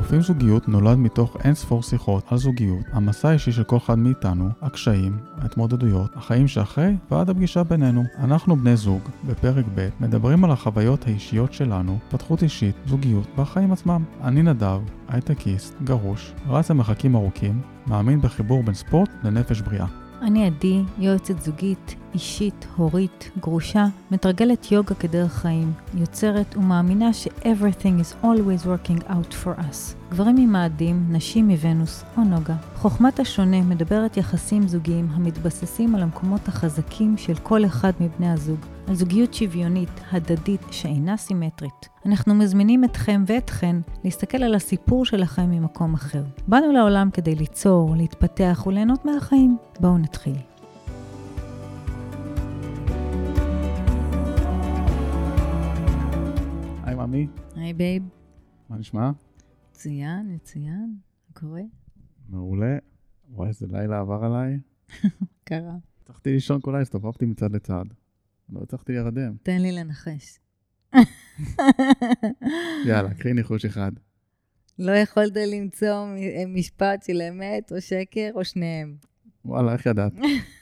מורפים זוגיות נולד מתוך אין ספור שיחות על זוגיות, המסע האישי של כל אחד מאיתנו, הקשיים, ההתמודדויות, החיים שאחרי ועד הפגישה בינינו. אנחנו בני זוג, בפרק ב' מדברים על החוויות האישיות שלנו, התפתחות אישית, זוגיות והחיים עצמם. אני נדב, הייטקיסט, גרוש, רץ למרחקים ארוכים, מאמין בחיבור בין ספורט לנפש בריאה. אני עדי, יועצת זוגית, אישית, הורית, גרושה, מתרגלת יוגה כדרך חיים, יוצרת ומאמינה ש-everything is always working out for us. גברים ממאדים, נשים מוונוס או נוגה. חוכמת השונה מדברת יחסים זוגיים המתבססים על המקומות החזקים של כל אחד מבני הזוג, על זוגיות שוויונית, הדדית, שאינה סימטרית. אנחנו מזמינים אתכם ואתכן להסתכל על הסיפור שלכם ממקום אחר. באנו לעולם כדי ליצור, להתפתח וליהנות מהחיים. בואו נתחיל. היי ממי. היי בייב. מה נשמע? מצוין, מצוין. מה קורה? מעולה. וואי, איזה לילה עבר עליי. קרה. צריכתי לישון כל לילה, הסתובבתי מצד לצד. לא הצלחתי להירדם. תן לי לנחש. יאללה, קחי ניחוש אחד. לא יכולת למצוא משפט של אמת או שקר או שניהם. וואלה, איך ידעת?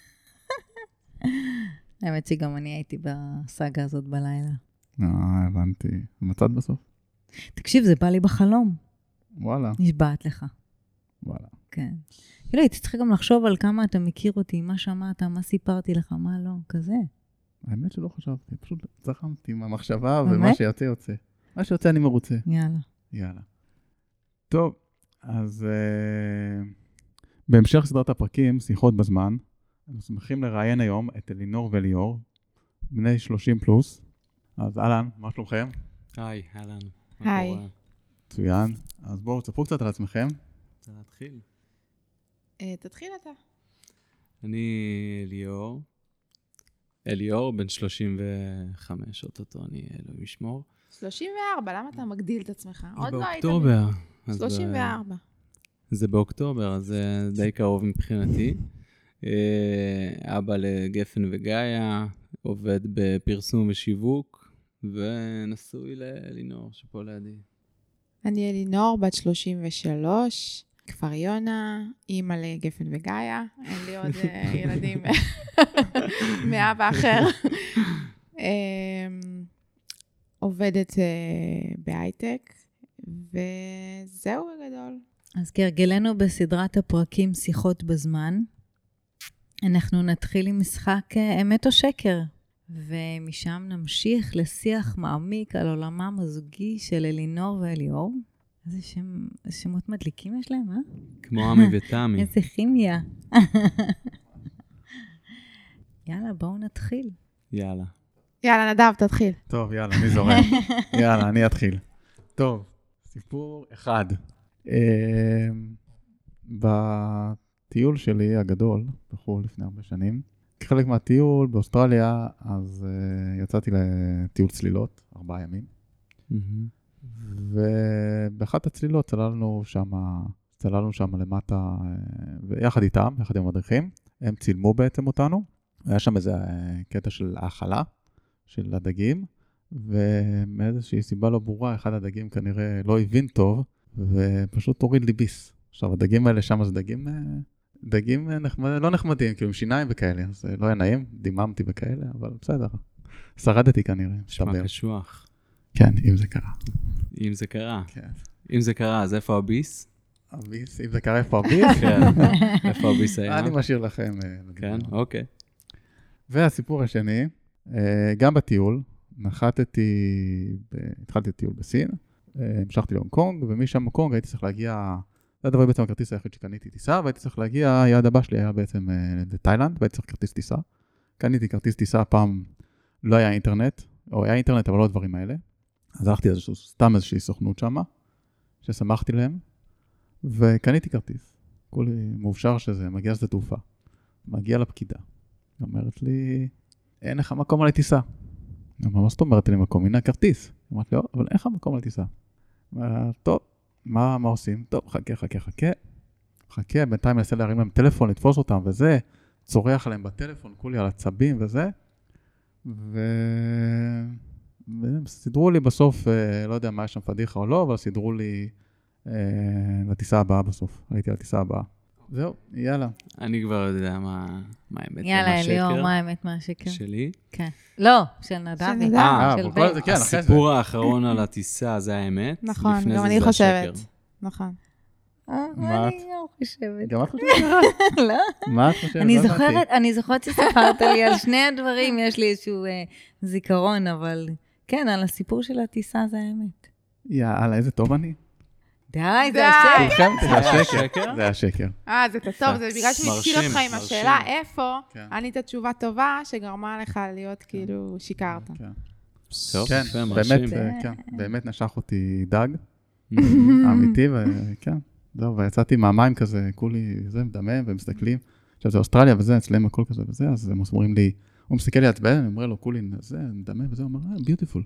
האמת שגם אני הייתי בסאגה הזאת בלילה. הבנתי. מצאת בסוף? תקשיב, זה בא לי בחלום. וואלה. נשבעת לך. וואלה. כן. כאילו, הייתי צריכה גם לחשוב על כמה אתה מכיר אותי, מה שמעת, מה סיפרתי לך, מה לא, כזה. האמת שלא חשבתי, פשוט צחמתי עם המחשבה, ומה שיוצא יוצא. מה שיוצא אני מרוצה. יאללה. יאללה. טוב, אז בהמשך סדרת הפרקים, שיחות בזמן, אנחנו שמחים לראיין היום את אלינור וליאור, בני 30 פלוס. אז אהלן, מה שלומכם? היי, אהלן. היי. מצוין. אז בואו, תספרו קצת על עצמכם. רוצה להתחיל? תתחיל אתה. אני אליאור, בן 35, אוטוטו, אני אלוהים ישמור. 34, למה אתה מגדיל את עצמך? עוד לא היית... באוקטובר. 34. זה באוקטובר, אז זה די קרוב מבחינתי. אבא לגפן וגאיה, עובד בפרסום ושיווק, ונשוי לאלינור שפה לידי. אני אלינור, בת 33, כפר יונה, אימא לגפן וגאיה, אין לי עוד ילדים מאבא אחר. עובדת בהייטק, וזהו בגדול. אז כהרגלנו בסדרת הפרקים שיחות בזמן, אנחנו נתחיל עם משחק אמת או שקר, ומשם נמשיך לשיח מעמיק על עולמם הזוגי של אלינור ואליאור. איזה שמות מדליקים יש להם, אה? כמו עמי ותמי. איזה כימיה. יאללה, בואו נתחיל. יאללה. יאללה, נדב, תתחיל. טוב, יאללה, אני זורם. יאללה, אני אתחיל. טוב, סיפור אחד. בטיול שלי הגדול, בחו"ל לפני הרבה שנים, כחלק מהטיול באוסטרליה, אז יצאתי לטיול צלילות, 4 ימים. ובאחת הצלילות צללנו שם למטה, ויחד איתם, יחד עם המדריכים, הם צילמו בעצם אותנו. היה שם איזה קטע של האכלה, של הדגים, ומאיזושהי סיבה לא ברורה, אחד הדגים כנראה לא הבין טוב, ופשוט הוריד לי ביס. עכשיו, הדגים האלה שם זה דגים לא נחמדים, כאילו עם שיניים וכאלה, אז לא היה נעים, דיממתי וכאלה, אבל בסדר. שרדתי כנראה, נשמע קשוח. כן, אם זה קרה. אם זה קרה. כן. אם זה קרה, אז איפה הביס? הביס, אם זה קרה, איפה הביס? כן. איפה הביס היה? אני משאיר לכם. כן, אוקיי. והסיפור השני, גם בטיול, התחלתי טיול בסין, המשכתי להונג קונג, ומשם קונג הייתי צריך להגיע, זה הדבר בעצם הכרטיס היחיד שקניתי טיסה, והייתי צריך להגיע, היעד הבא שלי היה בעצם לתאילנד, והייתי צריך כרטיס טיסה. קניתי כרטיס טיסה, פעם לא היה אינטרנט, או היה אינטרנט, אבל לא הדברים האלה. אז הלכתי סתם איזושהי סוכנות שם, ששמחתי להם, וקניתי כרטיס. כולי מאושר שזה, מגיע לשדה תעופה. מגיע לפקידה. היא אומרת לי, אין לך מקום על הטיסה. מה זאת אומרת לי מקום? הנה הכרטיס. היא אומרת לי, אבל אין לך מקום על הטיסה. טוב, מה עושים? טוב, חכה, בינתיים מנסה להרים להם טלפון, לתפוס אותם וזה, צורח עליהם בטלפון, כולי על עצבים וזה, וסידרו לי בסוף, לא יודע מה יש שם פדיחה או לא, אבל סידרו לי לטיסה הבאה בסוף. הייתי על הטיסה הבאה. זהו, יאללה. אני כבר יודע מה האמת יאללה, אליאור, מה האמת, מה השקר? שלי. כן. לא, של נדבי. של כל זה, כן, אחרי זה. הסיפור האחרון על הטיסה זה האמת. נכון, לפני גם זה אני זה חושבת. השקר. נכון. מה את? אני לא חושבת. גם את חושבת? לא. מה את חושבת? אני זוכרת שספרת לי על שני הדברים, יש לי איזשהו זיכרון, אבל כן, על הסיפור של הטיסה זה האמת. יאללה, איזה טוב אני. די, זה השקר. כולכם, זה השקר? השקר. זה השקר. זה טוב, זה בגלל שהוא התחיל אותך עם מרשים. השאלה איפה, כן. ענית תשובה טובה שגרמה לך להיות כאילו שיקרת. כן. טוב, כן, יפה, מרשים. באמת נשך אותי דג, אמיתי, וכן, זהו, ויצאתי מהמים כזה, כולי, זה מדמם, ומסתכלים, עכשיו זה אוסטרליה וזה, אצלם הכל כזה וזה, אז הם אומרים לי, הוא מסתכל לי עצבן, אני אומר לו, כולי, זה מדמם וזה, הוא אומר, ביוטיפול.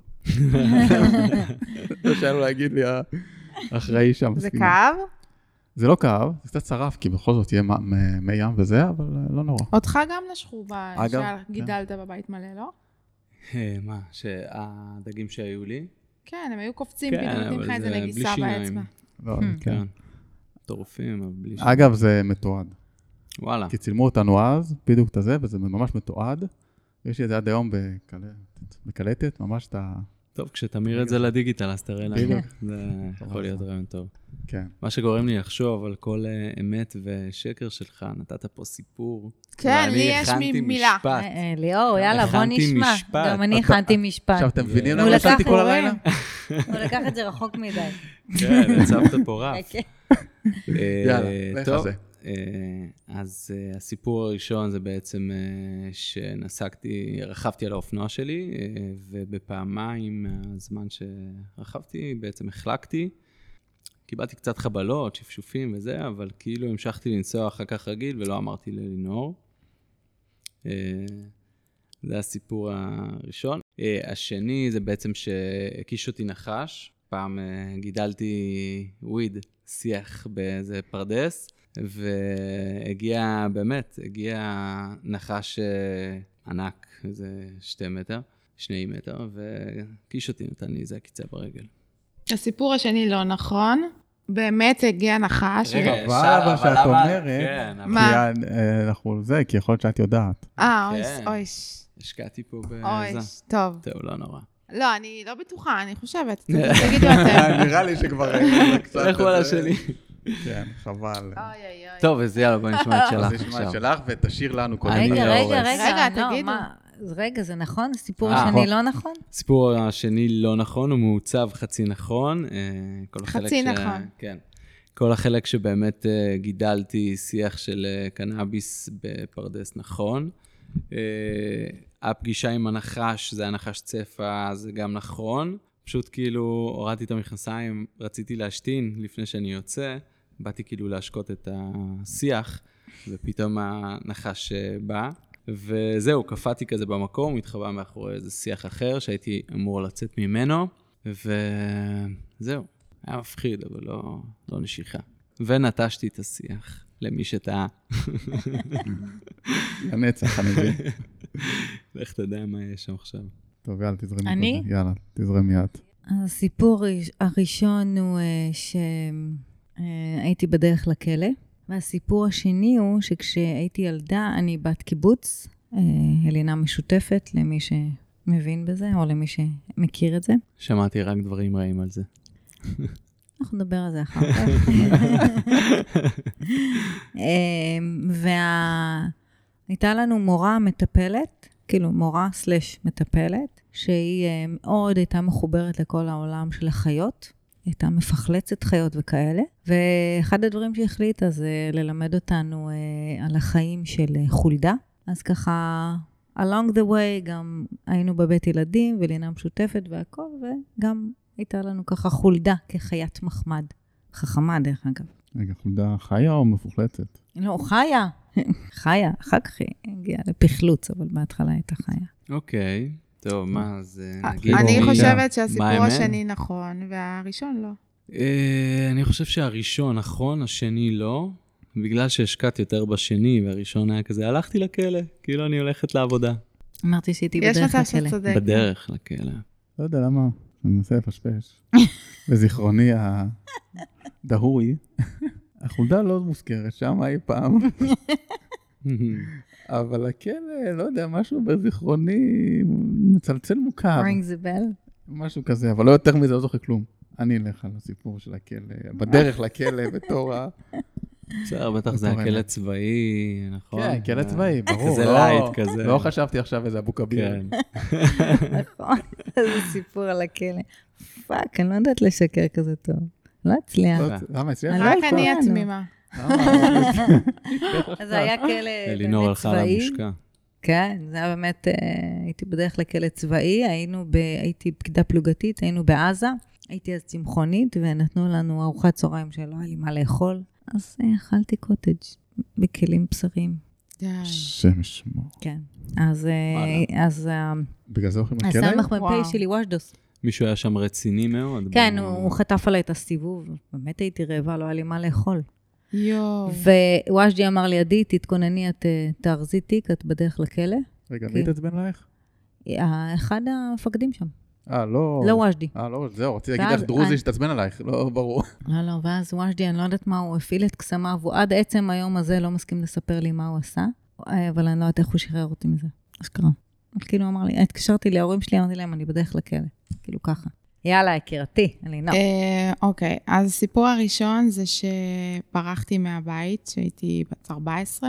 זה שאלו להגיד לי, האחראי שם. זה כאב? זה לא כאב, זה קצת צרף, כי בכל זאת יהיה מי ים וזה, אבל לא נורא. אותך גם נשכו אגב, שגידלת בבית מלא, לא? מה, שהדגים שהיו לי? כן, הם היו קופצים, כן, פתאום נותנים אבל לך איזה זה נגיסה בלי שיניים. באצבע. לא, כן. כן. טורפים, אבל בלי שיניים. אגב, זה מתועד. וואלה. כי צילמו אותנו אז, בדיוק את הזה, וזה ממש מתועד. יש לי את זה עד היום בקלטת, ממש את ה... טוב, כשתמיר את זה לדיגיטל, אז תראה לנו. בדיוק. זה יכול להיות רעיון טוב. כן. מה שגורם לי לחשוב על כל אמת ושקר שלך, נתת פה סיפור. כן, לי יש מילה. ליאור, יאללה, בוא הכנתי נשמע. משפט. גם אני הכנתי משפט. עכשיו, אתם מבינים הוא למה לקח ישנתי כל הלילה? הוא לקח את זה רחוק מדי. כן, הצבת פה רף. יאללה, לך על זה. אז הסיפור הראשון זה בעצם רכבתי על האופנוע שלי, ובפעמיים מהזמן שרכבתי בעצם החלקתי, קיבלתי קצת חבלות, שפשופים וזה, אבל כאילו המשכתי לנסוע אחר כך רגיל ולא אמרתי ללינור. זה הסיפור הראשון. השני זה בעצם שהקיש אותי נחש, פעם גידלתי וויד, שיח באיזה פרדס, והגיע נחש ענק, איזה 2 מטר, וקיש אותי, נתן לי איזה עקיצה ברגל. הסיפור השני לא נכון, באמת הגיע נחש. רגע, אבל שאת אומרת, מה? כי יכול להיות שאת יודעת. אוי. השקעתי פה אוי, בזה. טוב. טוב, לא נורא. לא, אני לא בטוחה, אני חושבת. תגידו אתם. נראה לי שכבר... איך וואלה שלי. כן, חבל. טוב, אז יאללה, בוא נשמע את שלך אז נשמע את שלך ותשאיר לנו קודם. רגע, תגידו. רגע, זה נכון? הסיפור השני לא נכון? הסיפור השני לא נכון, הוא מעוצב חצי נכון. חצי נכון. כן. כל החלק שבאמת גידלתי שיח של קנאביס בפרדס נכון. הפגישה עם הנחש, זה הנחש צפה, זה גם נכון. פשוט כאילו הורדתי את המכנסיים, רציתי להשתין לפני שאני יוצא, באתי כאילו להשקות את השיח, ופתאום הנחש בא, וזהו, קפאתי כזה במקום, התחבא מאחורי איזה שיח אחר, שהייתי אמור לצאת ממנו, וזהו, היה מפחיד, אבל לא נשיכה. ונטשתי את השיח, למי שטעה. לנצח, אני מבין. לך תדע מה יש שם עכשיו. טוב, יאללה, תזרמי. אני? יאללה, תזרמי את. הסיפור הראשון הוא שהייתי בדרך לכלא, והסיפור השני הוא שכשהייתי ילדה, אני בת קיבוץ, הלינה משותפת למי שמבין בזה, או למי שמכיר את זה. שמעתי רק דברים רעים על זה. אנחנו נדבר על זה אחר כך. והייתה לנו מורה מטפלת, כאילו מורה / מטפלת, שהיא מאוד הייתה מחוברת לכל העולם של החיות, הייתה מפחלצת חיות וכאלה, ואחד הדברים שהחליטה זה ללמד אותנו על החיים של חולדה, אז ככה, along the way גם היינו בבית ילדים ולינה משותפת והכל, וגם הייתה לנו ככה חולדה כחיית מחמד, חכמה דרך אגב. רגע, חולדה חיה או מפוחלצת? לא, חיה. חיה, אחר כך היא הגיעה לפחלוץ, אבל בהתחלה הייתה חיה. אוקיי, טוב, מה, אז נגיד... אני חושבת שהסיפור השני נכון, והראשון לא. אני חושב שהראשון נכון, השני לא, בגלל שהשקעתי יותר בשני, והראשון היה כזה, הלכתי לכלא, כאילו אני הולכת לעבודה. אמרתי שהייתי בדרך יש מצב לכלא. שצודק. בדרך לכלא. לא יודע למה, אני מנסה לפשפש. בזיכרוני הדהוי, החולדה לא מוזכרת שם אי פעם. אבל הכלא, לא יודע, משהו בזיכרוני מצלצל מוכר. rings a bell. משהו כזה, אבל לא יותר מזה, לא זוכר כלום. אני אלך על הסיפור של הכלא, בדרך לכלא בתור בסדר, בטח זה הכלא צבאי, נכון? כן, כלא צבאי, ברור. כזה לייט, כזה. לא חשבתי עכשיו איזה אבו כביר. כן. נכון, איזה סיפור על הכלא. פאק, אני לא יודעת לשקר כזה טוב. לא אצליח. למה, הצליח? אני לא רק יודעת, אני לא. התמימה. אז זה היה כלא אלינור באמת הלכה על צבאי. המושקע. כן, זה היה באמת, הייתי בדרך לכלא צבאי, הייתי פקידה פלוגתית, היינו בעזה, הייתי אז צמחונית, ונתנו לנו ארוחת צהריים שלא היה לי מה לאכול, אז אכלתי קוטג' בכלים בשרים. די. שם שמו. כן, אז בגלל זה הולכים לכלא? הסמך וואו. מ"פ שלי וושדוס. מישהו היה שם רציני מאוד. כן, הוא חטף עליי את הסיבוב, באמת הייתי רעבה, לא היה לי מה לאכול. יואו. ווושדי אמר לי, עדי, תתכונני, את תארזי תיק, את בדרך לכלא. רגע, מי התעצבן עלייך? אחד המפקדים שם, לא... לא וושדי. לא, זהו, רציתי להגיד ואז לך דרוזי אני- שתעצבן עלייך, לא ברור. לא, ואז וושדי, אני לא יודעת מה, הוא הפעיל את קסמיו, הוא עד עצם היום הזה לא מסכים לספר לי מה הוא עשה, אבל אני לא יודעת איך הוא שחרר אותי מזה. אשכרה. כאילו אמר לי, התקשרתי להורים שלי, אמרתי להם, אני בדרך לכלא. כאילו ככה. יאללה, יקירתי, אלינור. אוקיי, אז הסיפור הראשון זה שברחתי מהבית, שהייתי בת 14,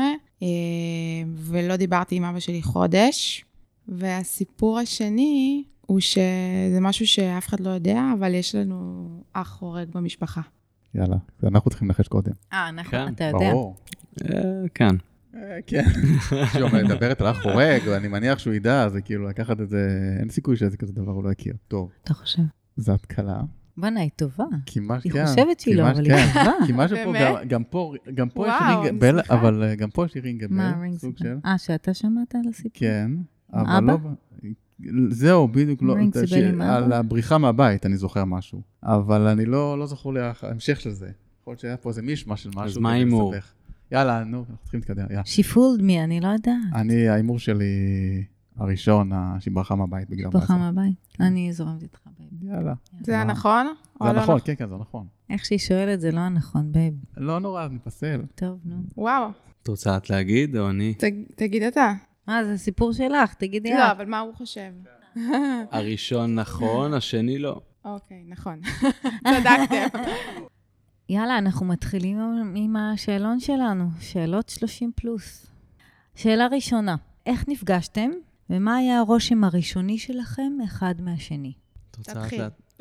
ולא דיברתי עם אבא שלי חודש. והסיפור השני הוא שזה משהו שאף אחד לא יודע, אבל יש לנו אח חורג במשפחה. יאללה, אנחנו צריכים לנחש קודם. נכון, כן, אתה יודע. ברור. כן. כן. כשהוא מדברת על אח חורג, ואני מניח שהוא ידע, זה כאילו לקחת את זה, אין סיכוי שזה כזה דבר, הוא לא יכיר. טוב, אתה חושב? זו התקלה. בנה, היא טובה. כמעט, היא כן. חושבת שהיא לא, כמעט, אבל היא כן. טובה. כי משהו פה, באמת? גם פה יש וואו, רינג אני בל, שמחה. אבל גם פה יש לי רינג מה בל, הרינג סוג זה? של. שאתה שמעת על הסיפור? כן, אבל אבא? לא... זהו, בדיוק, לא, רינג זה בל עם אבא? על הבריחה מהבית אני זוכר משהו, אבל אני לא זכור לי ההמשך של זה. יכול להיות שהיה פה איזה מישמע של משהו. מה כדי ההימור? לסבך. יאללה, נו, אנחנו צריכים להתקדם, יאללה. She fooled me, אני לא יודעת. ההימור שלי הראשון, שהיא ברחה מהבית בגלל מה זה. ברכה מהבית. אני זורמת איתך, בייב. יאללה. זה היה נכון? זה נכון, כן, כן, זה נכון. איך שהיא שואלת, זה לא הנכון, בייב. לא נורא, אז נפסל. טוב, נו. וואו, את רוצה את להגיד או אני? תגיד אתה. זה סיפור שלך, תגידי לא, את. אבל מה הוא חושב? הראשון נכון, השני לא. אוקיי, נכון. צדקתם. יאללה, אנחנו מתחילים עם השאלון שלנו, שאלות 30 פלוס. שאלה ראשונה, איך נפגשתם ומה היה הרושם הראשוני שלכם אחד מהשני? את רוצה תתחיל.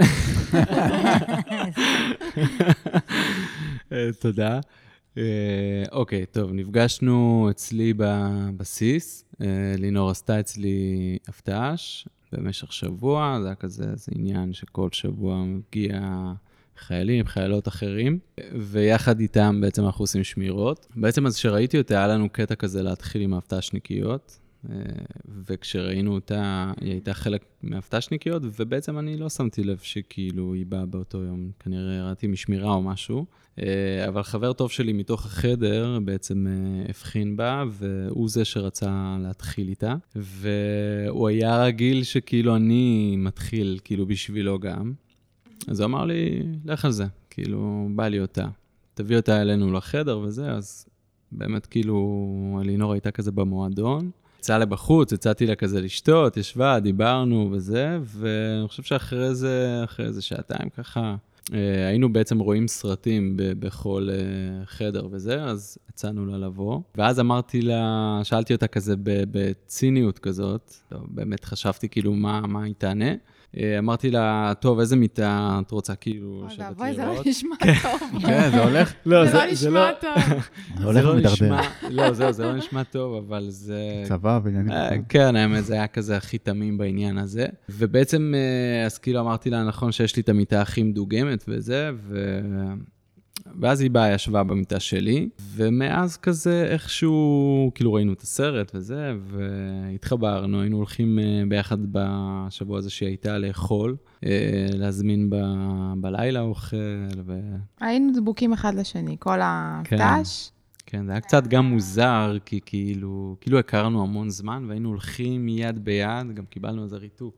תודה. אוקיי, טוב, נפגשנו אצלי בבסיס. לינור עשתה אצלי הפתש במשך שבוע, זה היה כזה, זה עניין שכל שבוע מגיע חיילים, חיילות אחרים, ויחד איתם בעצם אנחנו עושים שמירות. בעצם אז שראיתי אותה, היה לנו קטע כזה להתחיל עם ההפתשניקיות, וכשראינו אותה, היא הייתה חלק מההפתשניקיות, ובעצם אני לא שמתי לב שכאילו היא באה באותו יום, כנראה ראיתי משמירה או משהו, אבל חבר טוב שלי מתוך החדר בעצם הבחין בה, והוא זה שרצה להתחיל איתה, והוא היה רגיל שכאילו אני מתחיל כאילו בשבילו גם, אז הוא אמר לי, לך על זה, כאילו בא לי אותה, תביא אותה אלינו לחדר וזה, אז באמת כאילו אלינור הייתה כזה במועדון, יצאה לבחוץ, יצאתי לה כזה לשתות, ישבה, דיברנו וזה, ואני חושב שאחרי זה, אחרי איזה שעתיים ככה, היינו בעצם רואים סרטים בכל חדר וזה, אז הצענו לה לבוא. ואז אמרתי לה, שאלתי אותה כזה בציניות כזאת, טוב, באמת חשבתי כאילו מה היא תענה. אמרתי לה, טוב, איזה מיטה את רוצה כאילו לשבת לראות? אוי, זה לא נשמע טוב. כן, זה הולך. זה לא נשמע טוב. זה הולך ומדרדר. לא, זהו, זה לא נשמע טוב, אבל זה... צבא ועניינים. כן, האמת, זה היה כזה הכי תמים בעניין הזה. ובעצם, אז כאילו אמרתי לה, נכון שיש לי את המיטה הכי מדוגמת וזה, ואז היא באה, ישבה במיטה שלי, ומאז כזה איכשהו, כאילו ראינו את הסרט וזה, והתחברנו, היינו הולכים ביחד בשבוע הזה שהיא הייתה לאכול, להזמין בלילה אוכל, היינו דבוקים אחד לשני, כל ההפתש. כן, זה היה קצת גם מוזר, כי כאילו הכרנו המון זמן, והיינו הולכים יד ביד, גם קיבלנו איזה ריתוק.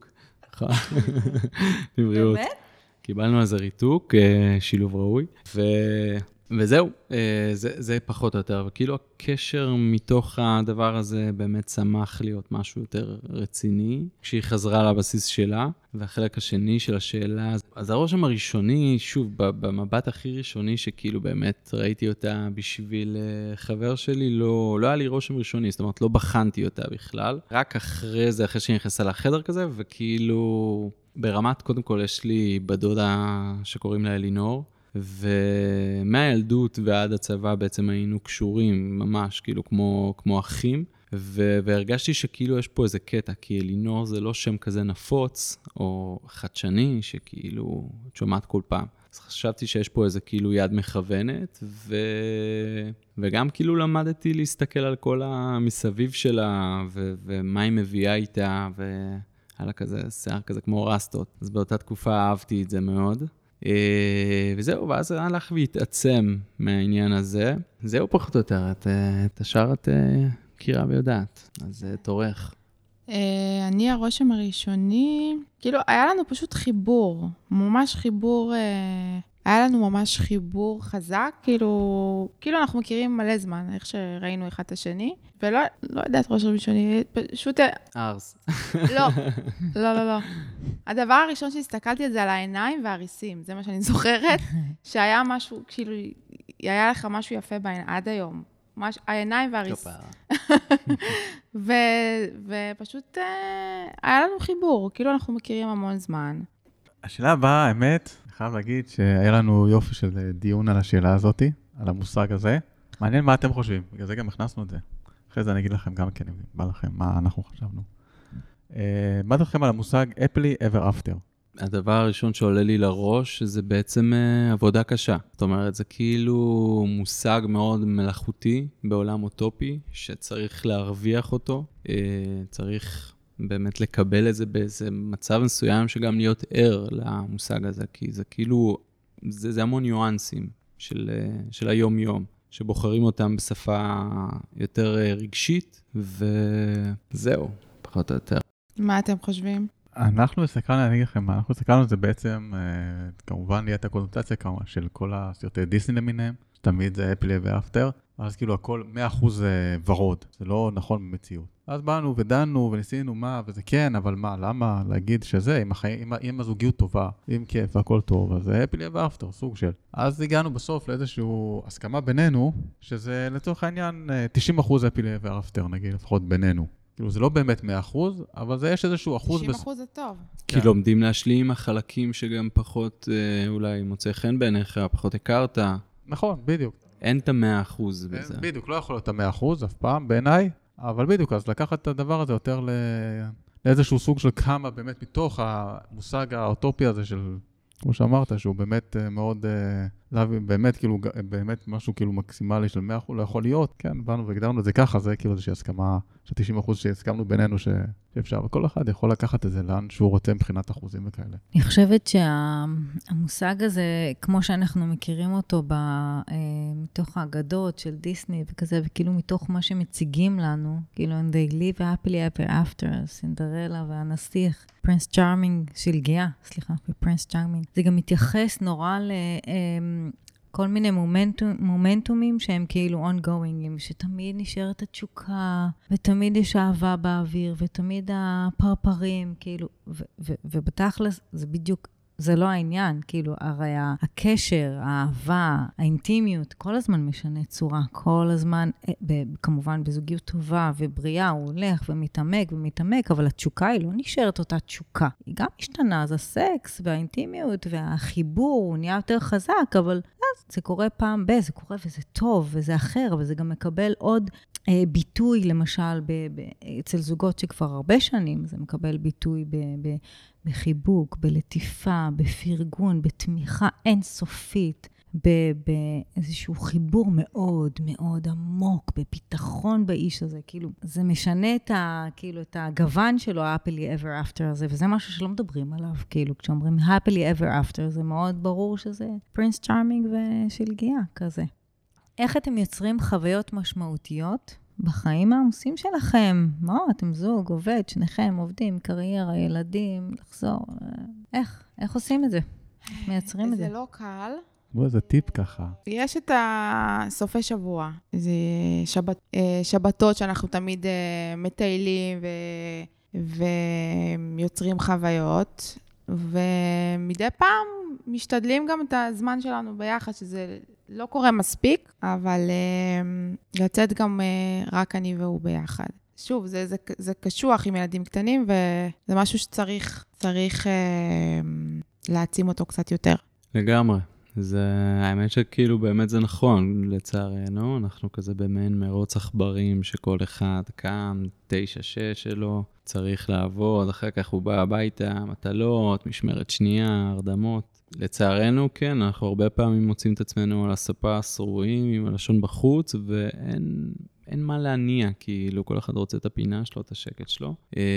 לבריאות. באמת? קיבלנו על זה ריתוק, שילוב ראוי, וזהו, זה פחות או יותר, וכאילו הקשר מתוך הדבר הזה באמת צמח להיות משהו יותר רציני, כשהיא חזרה לבסיס שלה, והחלק השני של השאלה, אז הרושם הראשוני, שוב, במבט הכי ראשוני שכאילו באמת ראיתי אותה בשביל חבר שלי, לא היה לי רושם ראשוני, זאת אומרת, לא בחנתי אותה בכלל, רק אחרי זה, אחרי שהיא נכנסה לחדר כזה, וכאילו ברמת, קודם כל, יש לי בדודה שקוראים לה אלינור, ומהילדות ועד הצבא בעצם היינו קשורים ממש, כאילו כמו אחים, והרגשתי שכאילו יש פה איזה קטע, כי אלינור זה לא שם כזה נפוץ, או חדשני, שכאילו את שומעת כל פעם. אז חשבתי שיש פה איזה כאילו יד מכוונת, וגם כאילו למדתי להסתכל על כל המסביב שלה, ומה היא מביאה איתה, היה לה כזה שיער כזה כמו רסטות. אז באותה תקופה אהבתי את זה מאוד. וזהו, ואז הלך והתעצם מהעניין הזה. זהו פחות או יותר, את השאר את מכירה ויודעת, אז תורך. אני הרושם הראשוני, כאילו היה לנו פשוט חיבור, ממש חיבור, היה לנו ממש חיבור חזק, כאילו אנחנו מכירים מלא זמן, איך שראינו אחד את השני, ולא יודעת רושם ראשוני, פשוט... ארס. לא. הדבר הראשון שהסתכלתי על זה על העיניים והריסים, זה מה שאני זוכרת, שהיה משהו, כאילו, היה לך משהו יפה בעין עד היום. העיניים והריס. ופשוט היה לנו חיבור, כאילו אנחנו מכירים המון זמן. השאלה הבאה, האמת, אני חייב להגיד שהיה לנו יופי של דיון על השאלה הזאת, על המושג הזה. מעניין מה אתם חושבים, בגלל זה גם הכנסנו את זה. אחרי זה אני אגיד לכם גם כן, אם בא לכם מה אנחנו חשבנו. מה דרכם על המושג happily ever after? הדבר הראשון שעולה לי לראש זה בעצם עבודה קשה. זאת אומרת, זה כאילו מושג מאוד מלאכותי בעולם אוטופי, שצריך להרוויח אותו, צריך באמת לקבל את זה באיזה מצב מסוים שגם להיות ער למושג הזה, כי זה כאילו, זה המון ניואנסים של היום-יום, שבוחרים אותם בשפה יותר רגשית, וזהו, פחות או יותר. מה אתם חושבים? אנחנו הסתכלנו, אני אגיד לכם, אנחנו הסתכלנו על זה בעצם, כמובן לי הייתה קונוטציה כמובן של כל הסרטי דיסני למיניהם, שתמיד זה happily ever after, אז כאילו הכל 100% ורוד, זה לא נכון במציאות. אז באנו ודנו וניסינו מה, וזה כן, אבל מה, למה להגיד שזה, אם הזוגיות טובה, אם כיף והכל טוב, אז זה happily ever after, סוג של. אז הגענו בסוף לאיזושהי הסכמה בינינו, שזה לצורך העניין 90% happily ever after, נגיד, לפחות בינינו. כאילו זה לא באמת 100%, אבל זה יש איזשהו אחוז... 90% זה טוב. כי לומדים להשלים החלקים שגם פחות אולי מוצא חן בעיניך, פחות הכרת. נכון, בדיוק. אין את 100% בזה. בדיוק, לא יכול להיות את 100% אף פעם בעיניי, אבל בדיוק, אז לקחת את הדבר הזה יותר לאיזשהו סוג של כמה באמת מתוך המושג האוטופי הזה של, כמו שאמרת, שהוא באמת מאוד, באמת כאילו, באמת משהו כאילו מקסימלי של 100% לא יכול להיות, כן, באנו והגדרנו את זה ככה, זה כאילו איזושהי הסכמה של 90% שהסכמנו בינינו שאפשר, וכל אחד יכול לקחת את זה לאן שהוא רוצה מבחינת אחוזים וכאלה. אני חושבת שהמושג הזה, כמו שאנחנו מכירים אותו מתוך האגדות של דיסני וכזה, וכאילו מתוך מה שמציגים לנו, כאילו, and they live happily ever after, סינדרלה והנסיך, פרינס צ'ארמינג של גאה, סליחה, ופרינס צ'ארמינג. זה גם מתייחס נורא כל מיני מומנטומים שהם כאילו ongoing, שתמיד נשארת התשוקה, ותמיד יש אהבה באוויר, ותמיד הפרפרים, כאילו, ובתכלס זה בדיוק, זה לא העניין, כאילו, הרי הקשר, האהבה, האינטימיות, כל הזמן משנה צורה, כל הזמן, כמובן בזוגיות טובה ובריאה, הוא הולך ומתעמק, אבל התשוקה היא לא נשארת אותה תשוקה. היא גם משתנה, אז הסקס והאינטימיות והחיבור, הוא נהיה יותר חזק, אבל זה קורה פעם זה קורה וזה טוב, וזה אחר, אבל זה גם מקבל עוד ביטוי, למשל, אצל זוגות שכבר הרבה שנים, זה מקבל ביטוי בחיבוק, בלטיפה, בפרגון, בתמיכה אינסופית, באיזשהו חיבור מאוד מאוד עמוק, בביטחון באיש הזה, כאילו, זה משנה את הגוון שלו, happily ever after הזה, וזה משהו שלא מדברים עליו, כאילו, כשאומרים happily ever after, זה מאוד ברור שזה פרינס צ'ארמינג ושל גאה, כזה. איך אתם יוצרים חוויות משמעותיות בחיים העמוסים שלכם. מה, אתם זוג, עובד, שניכם עובדים, קריירה, ילדים, לחזור. איך עושים את זה? מייצרים את זה? זה לא קל. בוא, איזה טיפ ככה. יש את הסופי שבוע. זה שבתות שאנחנו תמיד מטיילים ויוצרים חוויות, ומדי פעם משתדלים גם את הזמן שלנו ביחד, שזה לא קורה מספיק, אבל לצאת גם רק אני והוא ביחד. שוב, זה קשוח עם ילדים קטנים, וזה משהו שצריך להעצים אותו קצת יותר. לגמרי. האמת שכאילו באמת זה נכון, לצערנו, אנחנו כזה במעין מרוץ עכברים שכל אחד קם, 9-6 שלו, צריך לעבוד, אחר כך הוא בא הביתה, מטלות, משמרת שנייה, הרדמות. לצערנו, כן, אנחנו הרבה פעמים מוצאים את עצמנו על הספה, שרועים עם הלשון בחוץ, ואין מה להניע, כאילו כל אחד רוצה את הפינה שלו, את השקט שלו.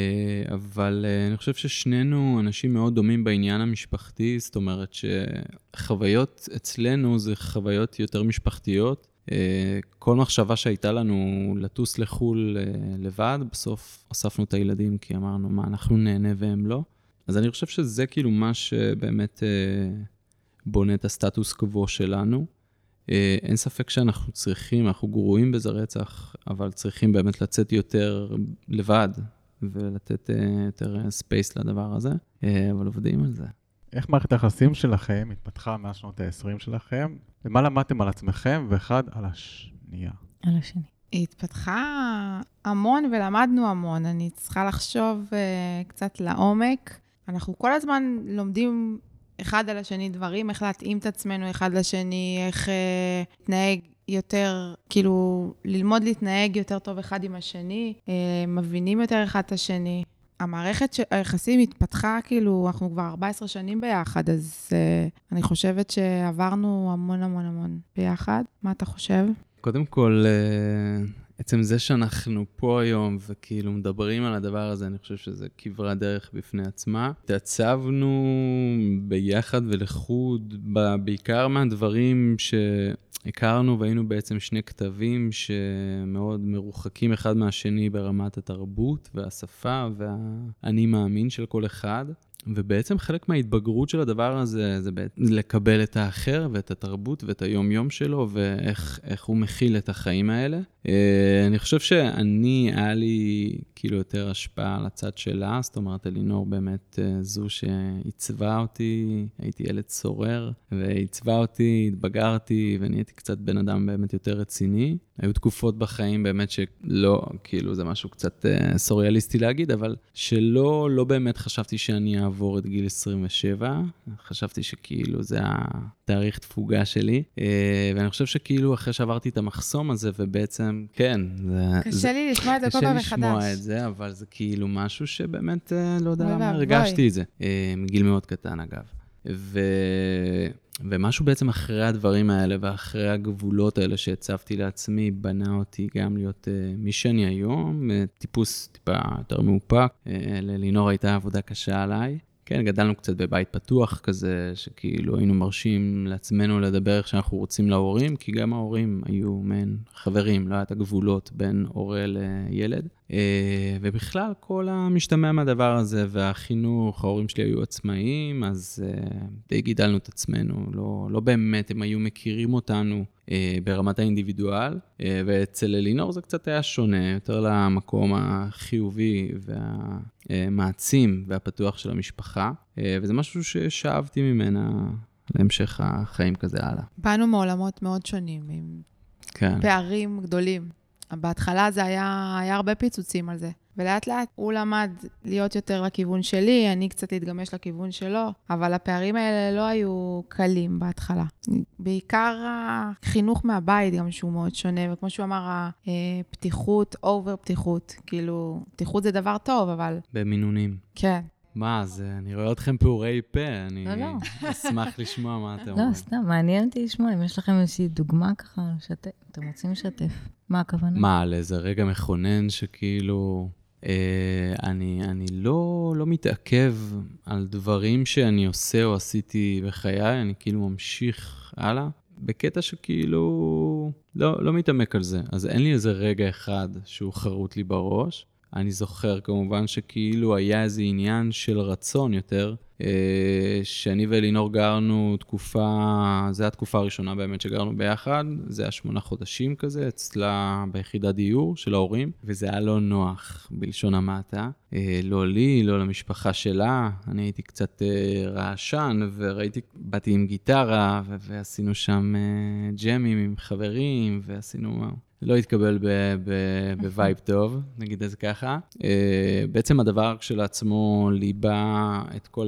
אבל אני חושב ששנינו אנשים מאוד דומים בעניין המשפחתי, זאת אומרת שחוויות אצלנו זה חוויות יותר משפחתיות. כל מחשבה שהייתה לנו לטוס לחול לבד, בסוף אספנו את הילדים כי אמרנו מה אנחנו נהנה והם לא. אז אני חושב שזה כאילו מה שבאמת בונה את הסטטוס קוו שלנו. אין ספק שאנחנו צריכים, אנחנו גרועים בזה רצח, אבל צריכים באמת לצאת יותר לבד, ולתת יותר ספייס לדבר הזה, אבל עובדים על זה. איך מערכת היחסים שלכם התפתחה מאז שנות ה-20 שלכם, ומה למדתם על עצמכם ואחד על השנייה? על השני. היא התפתחה המון ולמדנו המון. אני צריכה לחשוב קצת לעומק. אנחנו כל הזמן לומדים אחד על השני דברים, איך להתאים את עצמנו אחד לשני, איך להתנהג יותר, כאילו ללמוד להתנהג יותר טוב אחד עם השני, מבינים יותר אחד את השני. המערכת היחסים התפתחה, כאילו אנחנו כבר 14 שנים ביחד, אז אני חושבת שעברנו המון המון המון ביחד. מה אתה חושב? קודם כל, עצם זה שאנחנו פה היום וכאילו מדברים על הדבר הזה, אני חושב שזה כברת דרך בפני עצמה. התעצבנו ביחד ולחוד, בעיקר מהדברים שהכרנו והיינו בעצם שני כתבים שמאוד מרוחקים אחד מהשני ברמת התרבות והשפה והאני מאמין של כל אחד. ובעצם חלק מההתבגרות של הדבר הזה, זה לקבל את האחר ואת התרבות ואת היום-יום שלו, ואיך הוא מכיל את החיים האלה. אני חושב היה לי כאילו יותר השפעה על הצד שלה, זאת אומרת, אלינור באמת זו שעיצבה אותי, הייתי ילד סורר, ועיצבה אותי, התבגרתי, ונהייתי קצת בן אדם באמת יותר רציני. היו תקופות בחיים באמת שלא, כאילו זה משהו קצת סוריאליסטי להגיד, אבל שלא באמת חשבתי שאני אעבור את גיל 27, חשבתי שכאילו זה התאריך תפוגה שלי, ואני חושב שכאילו אחרי שעברתי את המחסום הזה, ובעצם, כן, קשה לי לשמוע את זה כל פעם מחדש. קשה לשמוע את זה, אבל זה כאילו משהו שבאמת, לא יודע למה הרגשתי את זה, מגיל מאוד קטן אגב. ומשהו בעצם אחרי הדברים האלה, ואחרי הגבולות האלה שהצבתי לעצמי, בנה אותי גם להיות מי שאני היום, טיפוס טיפה יותר מאופק. ללינור הייתה עבודה קשה עליי. כן, גדלנו קצת בבית פתוח כזה, שכאילו היינו מרשים לעצמנו לדבר איך שאנחנו רוצים להורים, כי גם ההורים היו מעין חברים, לא היה את הגבולות בין הורה לילד. ובכלל, כל המשתמע מהדבר הזה, והחינוך, ההורים שלי היו עצמאיים, אז די גידלנו את עצמנו. לא באמת, הם היו מכירים אותנו ברמת האינדיבידואל, ואצל אלינור זה קצת היה שונה, יותר למקום החיובי והמעצים והפתוח של המשפחה, וזה משהו ששאבתי ממנה להמשך החיים כזה הלאה. באנו מעולמות מאוד שונים, עם פערים גדולים. בהתחלה זה היה הרבה פיצוצים על זה, ולאט לאט הוא למד להיות יותר לכיוון שלי, אני קצת להתגמש לכיוון שלו, אבל הפערים האלה לא היו קלים בהתחלה. בעיקר החינוך מהבית גם שהוא מאוד שונה, וכמו שהוא אמר, פתיחות, אובר פתיחות, כאילו, פתיחות זה דבר טוב, אבל... במינונים. כן. מה, אני רואה אתכם פעורי פה, אני אשמח לשמוע מה אתם אומרים. לא, סתם, מעניין אותי לשמוע, אם יש לכם איזושהי דוגמה ככה, אתם רוצים לשתף, מה הכוונה? מה, על איזה רגע מכונן שכאילו, אני לא מתעכב על דברים שאני עושה או עשיתי בחיי, אני כאילו ממשיך הלאה. בקטע שכאילו לא מתעמק על זה. אז אין לי איזה רגע אחד שהוא חרוט לי בראש. אני זוכר כמובן שכאילו היה איזה עניין של רצון יותר, שאני ואלינור גרנו תקופה, זו התקופה הראשונה באמת שגרנו ביחד, זה היה 8 חודשים כזה, אצלה ביחידת דיור של ההורים, וזה היה לא נוח בלשון המעטה, לא לי, לא למשפחה שלה, אני הייתי קצת רעשן, באתי עם גיטרה, ועשינו שם ג'מים עם חברים, ועשינו לא התקבל בווייב טוב, נגיד את זה ככה. בעצם הדבר כשלעצמו ליבה את כל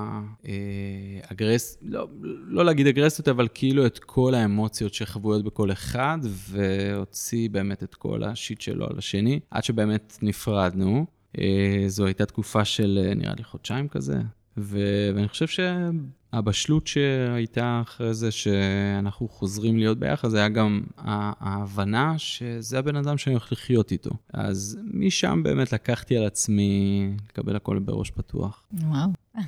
לא להגיד אגרסיות, אבל כאילו את כל האמוציות שחבויות בכל אחד, והוציא באמת את כל השיט שלו על השני, עד שבאמת נפרדנו. זו הייתה תקופה של נראה לי חודשיים כזה, ואני חושב שהבשלות שהייתה אחרי זה שאנחנו חוזרים להיות ביחד, זה היה גם ההבנה שזה הבן אדם שאני הולך לחיות איתו. אז משם באמת לקחתי על עצמי לקבל הכל בראש פתוח. וואו.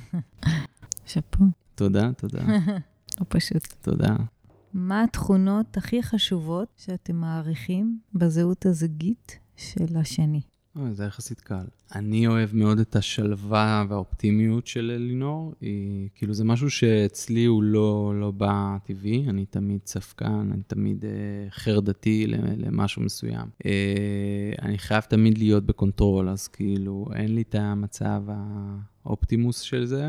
שפו. תודה. לא פשוט. תודה. מה התכונות הכי חשובות שאתם מעריכים בזהות הזוגית של השני? זה יחסית קל. אני אוהב מאוד את השלווה והאופטימיות של אלינור. כאילו זה משהו שאצלי הוא לא בא טבעי. אני תמיד צפקן, אני תמיד חרדתי למשהו מסוים. אני חייב תמיד להיות בקונטרול, אז כאילו אין לי את המצב האופטימוס של זה.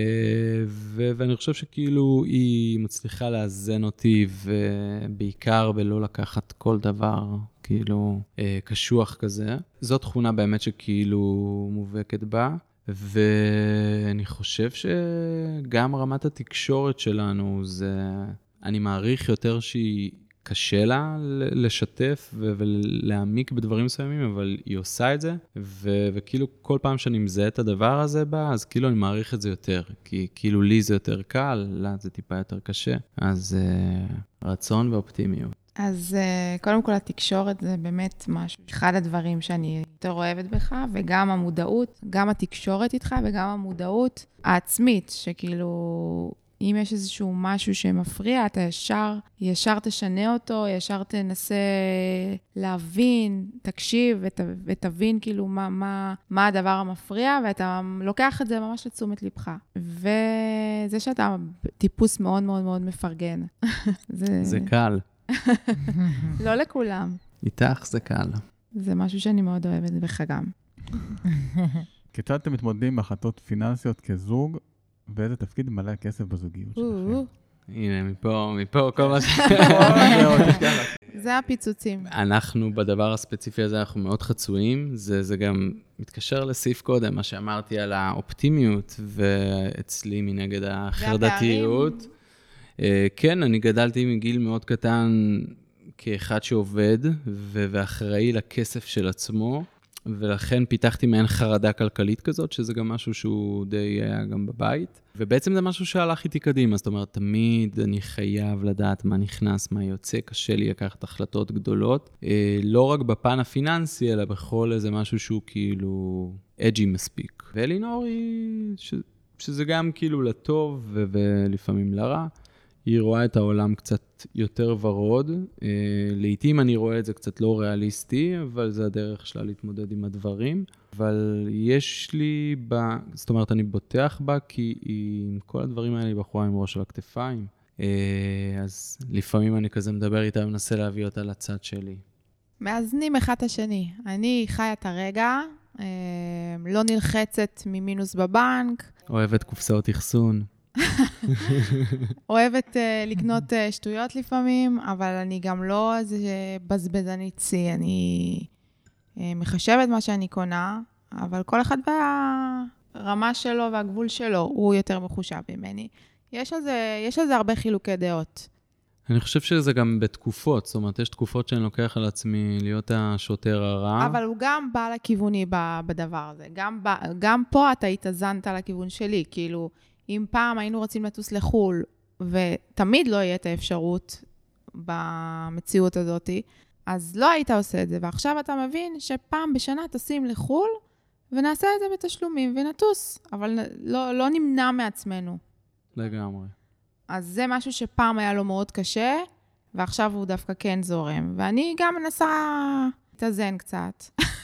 ואני חושב שכאילו היא מצליחה לאזן אותי, ובעיקר בלא לקחת כל דבר כאילו קשוח כזה. זו תכונה באמת שכאילו מובהקת בה, ואני חושב שגם רמת התקשורת שלנו אני מעריך יותר שהיא קשה לה לשתף ולהעמיק בדברים מסוימים, אבל היא עושה את זה, וכאילו כל פעם שאני מזהה את הדבר הזה בה, אז כאילו אני מעריך את זה יותר, כי כאילו לי זה יותר קל, לה זה טיפה יותר קשה, אז רצון ואופטימיות. אז קודם כל התקשורת זה באמת משהו, אחד הדברים שאני יותר אוהבת בך, וגם המודעות, גם התקשורת איתך וגם המודעות העצמית, שכאילו אם יש איזשהו משהו שמפריע, אתה ישר תשנה אותו, ישר תנסה להבין, תקשיב ותבין כאילו מה הדבר המפריע, ואתה לוקח את זה ממש לתשומת לבך. וזה שאתה טיפוס מאוד מאוד מאוד מפרגן. זה קל. לא לכולם. איתך זה קל. זה משהו שאני מאוד אוהבת בך גם. כיצד אתם מתמודדים עם החלטות פיננסיות כזוג, ואיזה תפקיד מלא הכסף בזוגיות שלכם? הנה, מפה כל מה ש... זה הפיצוצים. אנחנו בדבר הספציפי הזה, אנחנו מאוד חצויים. זה גם מתקשר לסעיף קודם, מה שאמרתי על האופטימיות, ואצלי מנגד החרדתיות. כן, אני גדלתי מגיל מאוד קטן כאחד שעובד, ואחראי לכסף של עצמו, ולכן פיתחתי מעין חרדה כלכלית כזאת, שזה גם משהו שהוא די היה גם בבית. ובעצם זה משהו שהלך איתי קדימה, זאת אומרת, תמיד אני חייב לדעת מה נכנס, מה יוצא, קשה לי לקחת החלטות גדולות, לא רק בפן הפיננסי, אלא בכל איזה משהו שהוא כאילו אג'י מספיק. ואלינור היא, שזה גם כאילו לטוב ולפעמים לרע, היא רואה את העולם קצת יותר ורוד. לעתים אני רואה את זה קצת לא ריאליסטי, אבל זה הדרך שלה להתמודד עם הדברים. אבל יש לי זאת אומרת, אני בוטח בה, כי עם כל הדברים האלה היא בחורה עם ראש על הכתפיים. אז לפעמים אני כזה מדבר איתה ומנסה להביא אותה לצד שלי. מאזנים אחד את השני. אני חיה את הרגע, לא נלחצת ממינוס בבנק. אוהבת קופסאות אחסון. אוהבת לקנות שטויות לפעמים, אבל אני גם לא איזה בזבזנית צי, אני מחשבת מה שאני קונה, אבל כל אחד ברמה שלו והגבול שלו, הוא יותר מחושב ממני. יש על זה הרבה חילוקי דעות. אני חושב שזה גם בתקופות, זאת אומרת, יש תקופות שאני לוקח על עצמי להיות השוטר הרע. אבל הוא גם בא לכיווני בדבר הזה. גם פה אתה התאזנת לכיוון שלי, כאילו, אם פעם היינו רוצים לטוס לחול, ותמיד לא יהיה את האפשרות במציאות הזאת, אז לא היית עושה את זה, ועכשיו אתה מבין שפעם בשנה תשים לחול, ונעשה את זה בתשלומים ונטוס, אבל לא נמנע מעצמנו. לגמרי. אז זה משהו שפעם היה לו מאוד קשה, ועכשיו הוא דווקא כן זורם. ואני גם מנסה להתאזן קצת.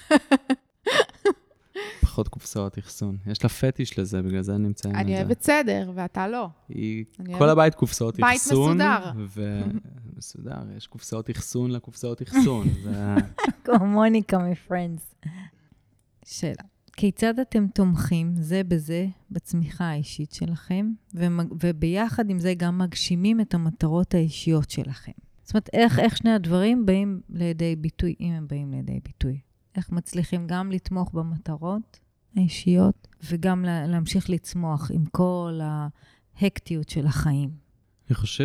פחות קופסאות אחסון. יש לה פטיש לזה, בגלל זה אני נמצא עם זה. אני אוהבת סדר, ואתה לא. כל הבית קופסאות בית אחסון. מסודר. מסודר, יש קופסאות אחסון לקופסאות אחסון. כמו מוניקה מפרנדס. שאלה. כיצד אתם תומכים זה בזה בצמיחה האישית שלכם, וביחד עם זה גם מגשימים את המטרות האישיות שלכם? זאת אומרת, איך שני הדברים באים לידי ביטוי, אם הם באים לידי ביטוי? איך מצליחים גם לתמוך במטרות האישיות, וגם להמשיך לצמוח עם כל ההקטיות של החיים? אני חושב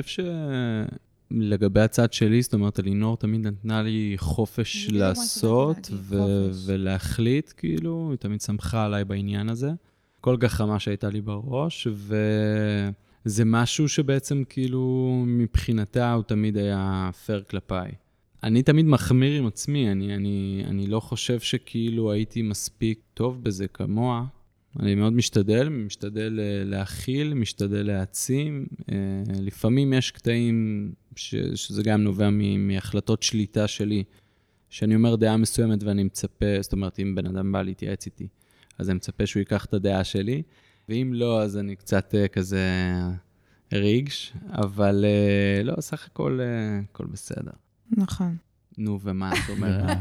שלגבי הצד שלי, זאת אומרת, אלינור תמיד נתנה לי חופש לעשות ולהחליט, כאילו, היא תמיד שמחה עליי בעניין הזה. כל גחמה שהייתה לי בראש, וזה משהו שבעצם כאילו מבחינתה הוא תמיד היה פייר כלפיי. אני תמיד מחמיר עם עצמי, אני לא חושב שכאילו הייתי מספיק טוב בזה כמוה. אני מאוד משתדל להכיל, משתדל להעצים. לפעמים יש קטעים שזה גם נובע מהחלטות שליטה שלי, שאני אומר דעה מסוימת ואני מצפה, זאת אומרת, אם בן אדם בא להתייעץ איתי, אז אני מצפה שהוא ייקח את הדעה שלי, ואם לא, אז אני קצת כזה ריגש, אבל לא, סך הכל בסדר. נכון. נו, ומה את אומרת?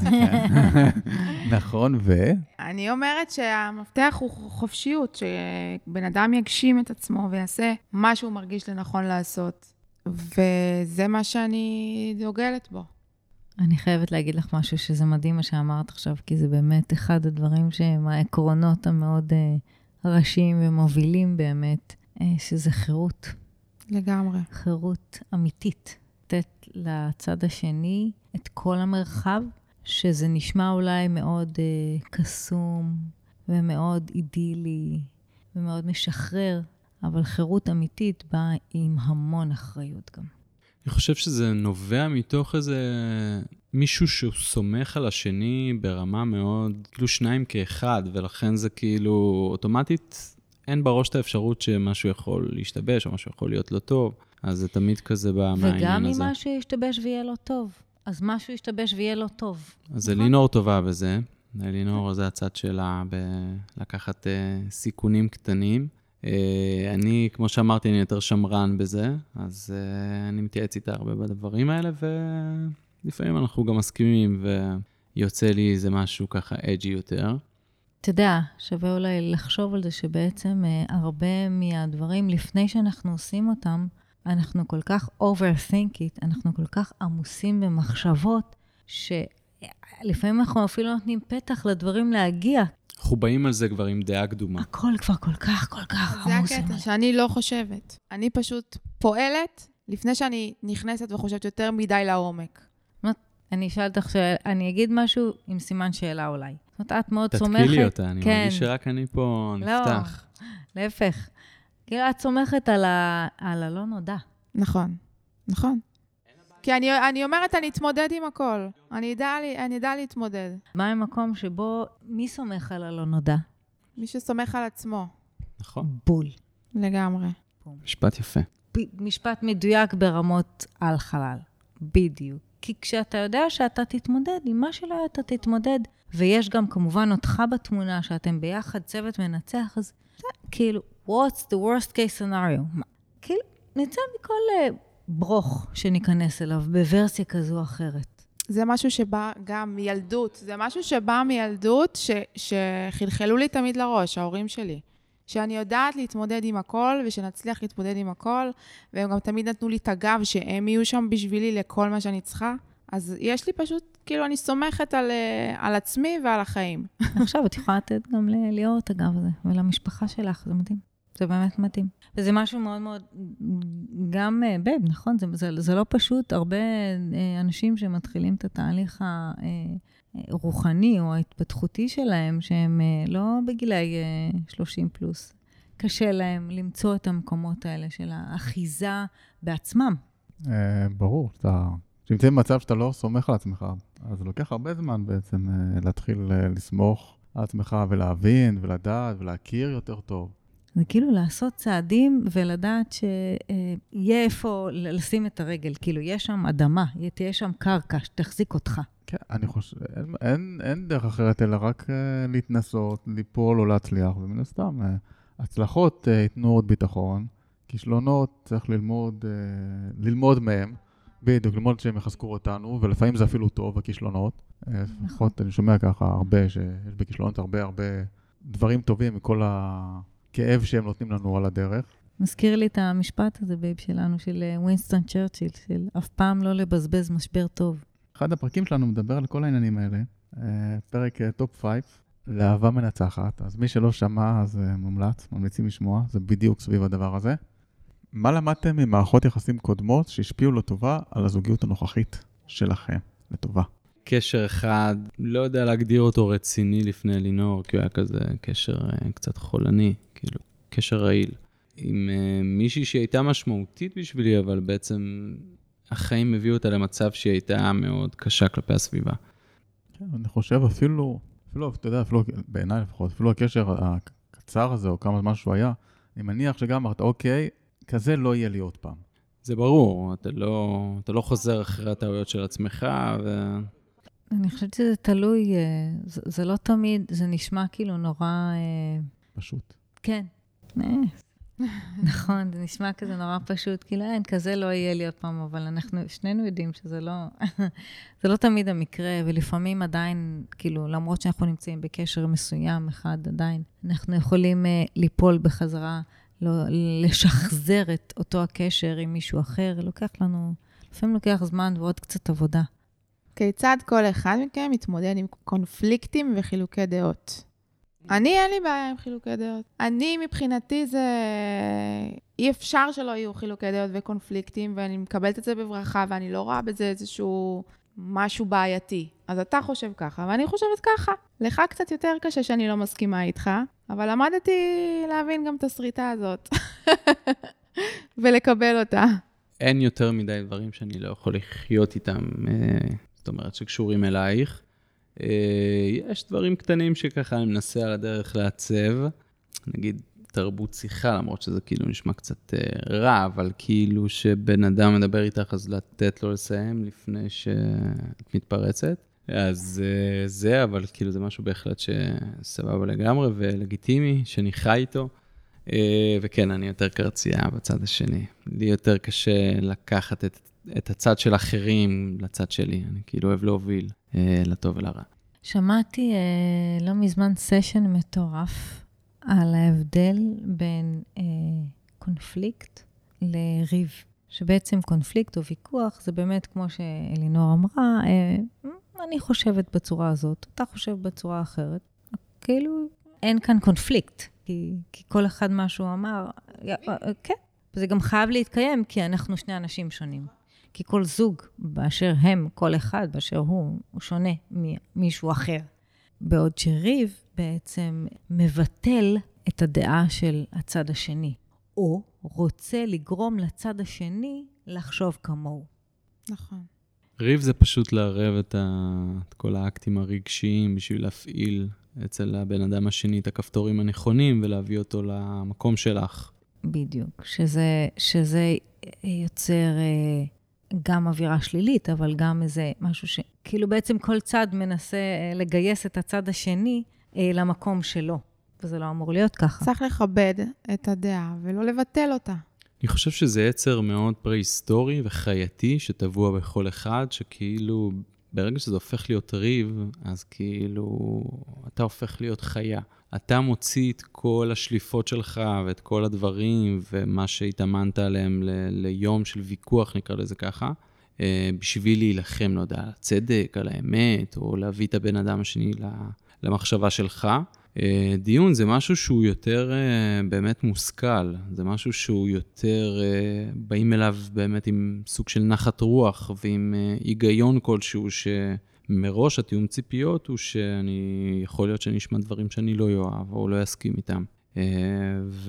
נכון, אני אומרת שהמפתח הוא חופשיות, שבן אדם יגשים את עצמו ויעשה מה שהוא מרגיש לנכון לעשות. וזה מה שאני דוגלת בו. אני חייבת להגיד לך משהו שזה מדהים מה שאמרת עכשיו, כי זה באמת אחד הדברים שהם העקרונות המאוד ראשיים ומובילים באמת, שזה חירות. לגמרי. חירות אמיתית. לתת לצד השני את כל המרחב, שזה נשמע אולי מאוד קסום ומאוד אידילי ומאוד משחרר, אבל חירות אמיתית באה עם המון אחריות גם. אני חושב שזה נובע מתוך איזה מישהו שהוא סומך על השני ברמה מאוד, כאילו שניים כאחד, ולכן זה כאילו אוטומטית אין בראש את האפשרות שמשהו יכול להשתבש או משהו יכול להיות לא טוב. אז זה תמיד כזה מהעניין הזה. וגם אם משהו ישתבש ויהיה לו טוב, אז משהו ישתבש ויהיה לו טוב. אז אלינור טובה בזה. אלינור זה הצד שלה בלקחת סיכונים קטנים. אני, כמו שאמרתי, אני יותר שמרן בזה, אז אני מתייעץ איתה הרבה בדברים האלה, ולפעמים אנחנו גם מסכימים, ויוצא לי איזה משהו ככה אג'י יותר. אתה יודע, שווה אולי לחשוב על זה שבעצם הרבה מהדברים, לפני שאנחנו עושים אותם, אנחנו כל כך overthink it, אנחנו כל כך עמוסים במחשבות, שלפעמים אנחנו אפילו נותנים פתח לדברים להגיע. אנחנו באים על זה כבר עם דעה קדומה. הכל כבר כל כך עמוס. זה הקטע שאני לא חושבת. אני פשוט פועלת לפני שאני נכנסת וחושבת יותר מדי לעומק. אני אשאלת לך שאני אגיד משהו עם סימן שאלה אולי. זאת אומרת, את מאוד סומכת. תתקילי אותה, אני מרגיש שרק אני פה נפתח. לא, להפך. כאילו, את סומכת על הלא נודע. נכון. כי אני אומרת, אני אתמודד עם הכל. אני אדע להתמודד. מה המקום שבו, מי סומך על הלא נודע? מי שסומך על עצמו. נכון. בול. לגמרי. משפט יפה. משפט מדויק ברמות על חלל. בדיוק. כי כשאתה יודע שאתה תתמודד, עם מה שלא אתה תתמודד, ויש גם כמובן אותך בתמונה, שאתם ביחד צוות מנצח, אז זה כאילו, what's the worst case scenario? כאילו, נצא מכל ברוך שניכנס אליו, בוורסיה כזו או אחרת. זה משהו שבא גם מילדות, זה משהו שבא מילדות שחלחלו לי תמיד לראש, ההורים שלי. שאני יודעת להתמודד עם הכל, ושנצליח להתמודד עם הכל, והם גם תמיד נתנו לי את הגב שהם יהיו שם בשבילי לכל מה שאני צריכה. אז יש לי פשוט, כאילו, אני סומכת על עצמי ועל החיים. עכשיו, את יכולה לתת גם ליאור את הגב הזה, ולמשפחה שלך, זה מדהים. זה באמת מדהים. וזה משהו מאוד מאוד, גם בב, נכון? זה לא פשוט, הרבה אנשים שמתחילים את התהליך הרוחני או ההתפתחותי שלהם, שהם לא בגילי 30 פלוס. קשה להם למצוא את המקומות האלה של האחיזה בעצמם. ברור, כשנמצא במצב שאתה לא סומך על עצמך, אז זה לוקח הרבה זמן בעצם להתחיל לסמוך על עצמך ולהבין ולדעת ולהכיר יותר טוב. זה כאילו לעשות צעדים ולדעת שיהיה איפה לשים את הרגל, כאילו יש שם אדמה, תהיה שם קרקע שתחזיק אותך. כן, אני חושב, אין דרך אחרת אלא רק להתנסות, ליפול או להצליח, ומן הסתם, הצלחות ייתנו עוד ביטחון, כישלונות צריך ללמוד מהם, בדיוק, ללמוד שהם יחזקו אותנו, ולפעמים זה אפילו טוב, הכישלונות. לפחות אני שומע ככה הרבה, שיש בכישלונות הרבה דברים טובים מכל הכאב שהם נותנים לנו על הדרך. מזכיר לי את המשפט הזה, בייב שלנו, של ווינסטון צ'רצ'יל, של אף פעם לא לבזבז משבר טוב. אחד הפרקים שלנו מדבר על כל העניינים האלה, פרק טופ 5, לאהבה מנצחת. אז מי שלא שמע, אז ממליצים לשמוע, זה בדיוק סביב הדבר הזה. מה למדתם ממערכות יחסים קודמות שהשפיעו לטובה על הזוגיות הנוכחית שלכם, לטובה? קשר אחד, לא יודע להגדיר אותו רציני לפני אלינור, כי הוא היה כזה קשר קצת חולני, כאילו, קשר רעיל. עם מישהי שהייתה משמעותית בשבילי, אבל בעצם החיים הביאו אותה למצב שהיא הייתה מאוד קשה כלפי הסביבה. כן, אני חושב אפילו, אתה יודע, אפילו בעיניי לפחות, אפילו הקשר הקצר הזה, או כמה זמן שהוא היה, אני מניח שגם אמרת, אוקיי, כזה לא יהיה לי עוד פעם. זה ברור, אתה לא חוזר אחרי הטעויות של עצמך, אני חושבת שזה תלוי, זה לא תמיד, זה נשמע כאילו נורא... פשוט. כן. נכון, זה נשמע כזה נורא פשוט, כאילו אין, כזה לא יהיה לי עוד פעם, אבל אנחנו שנינו יודעים שזה לא, זה לא תמיד המקרה, ולפעמים עדיין, כאילו, למרות שאנחנו נמצאים בקשר מסוים אחד עדיין, אנחנו יכולים ליפול בחזרה, לשחזר את אותו הקשר עם מישהו אחר, לוקח לנו, לפעמים לוקח זמן ועוד קצת עבודה. כיצד כל אחד מכם מתמודד עם קונפליקטים וחילוקי דעות? אני אין לי בעיה עם חילוקי דעות. אני מבחינתי זה... אי אפשר שלא יהיו חילוקי דעות וקונפליקטים, ואני מקבלת את זה בברכה, ואני לא רואה בזה איזשהו משהו בעייתי. אז אתה חושב ככה, ואני חושבת ככה. לך קצת יותר קשה שאני לא מסכימה איתך, אבל למדתי להבין גם את הסריטה הזאת. ולקבל אותה. אין יותר מדי דברים שאני לא יכול לחיות איתם, זאת אומרת שקשורים אלייך. יש דברים קטנים שככה אני מנסה על הדרך לעצב, נגיד תרבות שיחה, למרות שזה כאילו נשמע קצת רע, אבל כאילו שבן אדם מדבר איתך, אז לתת לו לסיים לפני שאת מתפרצת. אז זה, אבל כאילו זה משהו בהחלט שסבבה לגמרי ולגיטימי, שאני חי איתו. וכן, אני יותר קרצייה בצד השני. לי יותר קשה לקחת את הצד של אחרים לצד שלי. אני כאילו אוהב להוביל לטוב ולרע. שמעתי לא מזמן סשן מטורף על ההבדל בין קונפליקט לריב. שבעצם קונפליקט או ויכוח זה באמת כמו שאלינור אמרה, אני חושבת בצורה הזאת, אתה חושב בצורה אחרת. כאילו אין כאן קונפליקט. כי כל אחד מה שהוא אמר, כן, וזה גם חייב להתקיים, כי אנחנו שני אנשים שונים. כי כל זוג באשר הם, כל אחד באשר הוא שונה ממישהו אחר. בעוד שריב בעצם מבטל את הדעה של הצד השני, או רוצה לגרום לצד השני לחשוב כמוהו. נכון. ריב זה פשוט לערב את כל האקטים הרגשיים בשביל להפעיל אצל הבן אדם השני את הכפתורים הנכונים ולהביא אותו למקום שלך. בדיוק, שזה יוצר גם אווירה שלילית, אבל גם איזה משהו כאילו בעצם כל צד מנסה לגייס את הצד השני למקום שלו, וזה לא אמור להיות ככה. צריך לכבד את הדעה ולא לבטל אותה. אני חושב שזה יצר מאוד פרה-היסטורי וחייתי שטבוע בכל אחד, שכאילו ברגע שזה הופך להיות ריב, אז כאילו אתה הופך להיות חיה. אתה מוציא את כל השליפות שלך ואת כל הדברים ומה שהתאמנת עליהם ליום של ויכוח, נקרא לזה ככה, בשביל להילחם, לא יודע, על הצדק, על האמת, או להביא את הבן אדם השני למחשבה שלך. דיון זה משהו שהוא יותר באמת מושכל, זה משהו שהוא יותר באים אליו באמת עם סוג של נחת רוח ועם היגיון כלשהו שמראש התיאום ציפיות הוא שאני יכול להיות שאני אשמע דברים שאני לא אוהב או לא אסכים איתם.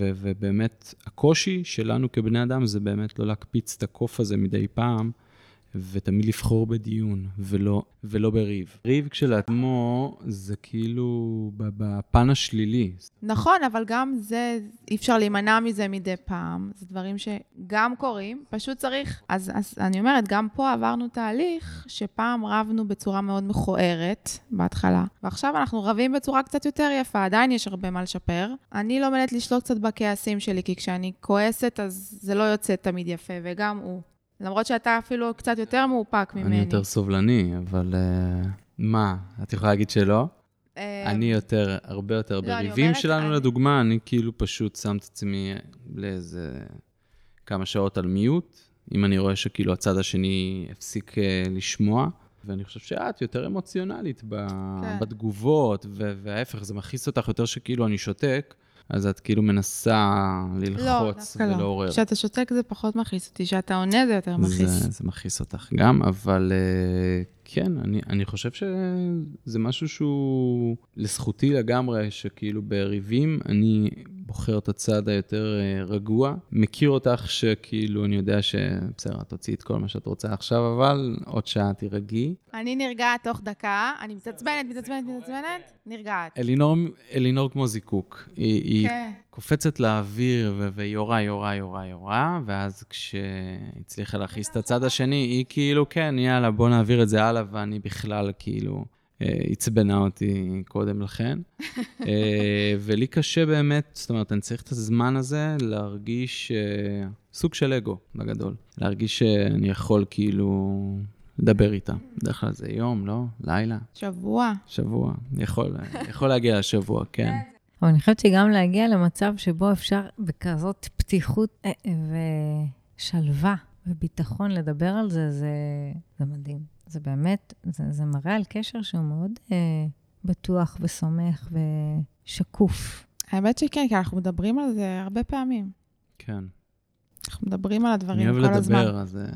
ובאמת הקושי שלנו כבני אדם זה באמת לא להקפיץ את הקוף הזה מדי פעם ותמיד לבחור בדיון, ולא בריב. ריב כשלעצמו זה כאילו בפן השלילי. נכון, אבל גם זה, אי אפשר להימנע מזה מדי פעם. זה דברים שגם קורים, פשוט צריך. אז אני אומרת, גם פה עברנו תהליך שפעם רבנו בצורה מאוד מכוערת בהתחלה, ועכשיו אנחנו רבים בצורה קצת יותר יפה, עדיין יש הרבה מה לשפר. אני לומדת לשלוט קצת בכעסים שלי, כי כשאני כועסת, אז זה לא יוצא תמיד יפה, וגם הוא. למרות שאתה אפילו קצת יותר מאופק ממני. אני יותר סובלני, אבל מה? את יכולה להגיד שלא? אני הרבה יותר בריבים שלנו, לדוגמה, אני כאילו פשוט שם את עצמי לאיזה כמה שעות על מיוט, אם אני רואה שכאילו הצד השני הפסיק לשמוע, ואני חושב שאת יותר אמוציונלית בתגובות, וההפך, זה מכניס אותך יותר שכאילו אני שותק, אז את כאילו מנסה ללחוץ ולעורר. לא, כשאתה שותק זה פחות מכניס אותי, כשאתה עונה זה יותר מכניס. זה מכניס אותך גם, אבל כן, אני חושב שזה משהו שהוא לזכותי לגמרי, שכאילו בריבים אני בוחר את הצד היותר רגוע. מכיר אותך שכאילו אני יודע שבסדר, תוציא את כל מה שאת רוצה עכשיו, אבל עוד שעה תירגעי. אני נרגעת תוך דקה, אני מתעצבנת, נרגעת. אלינור כמו זיקוק. היא קופצת לאוויר ויורה, ואז כשהצליחה להכניס את הצד השני, היא כאילו, כן, יאללה, בוא נעביר את זה הלאה, ואני בכלל כאילו הצבנה אותי קודם לכן. ולי קשה באמת, זאת אומרת, אני צריך את הזמן הזה להרגיש סוג של אגו בגדול. להרגיש שאני יכול כאילו לדבר איתה. בדרך כלל זה יום, לא? לילה. שבוע. יכול להגיע לשבוע, כן. אבל אני חושבת שגם להגיע למצב שבו אפשר בכזאת פתיחות ושלווה וביטחון לדבר על זה, זה מדהים. זה באמת, זה מראה על קשר שהוא מאוד בטוח וסומך ושקוף. האמת שכן, כי אנחנו מדברים על זה הרבה פעמים. כן. אנחנו מדברים על הדברים כל הזמן. אני אוהב לדבר, אז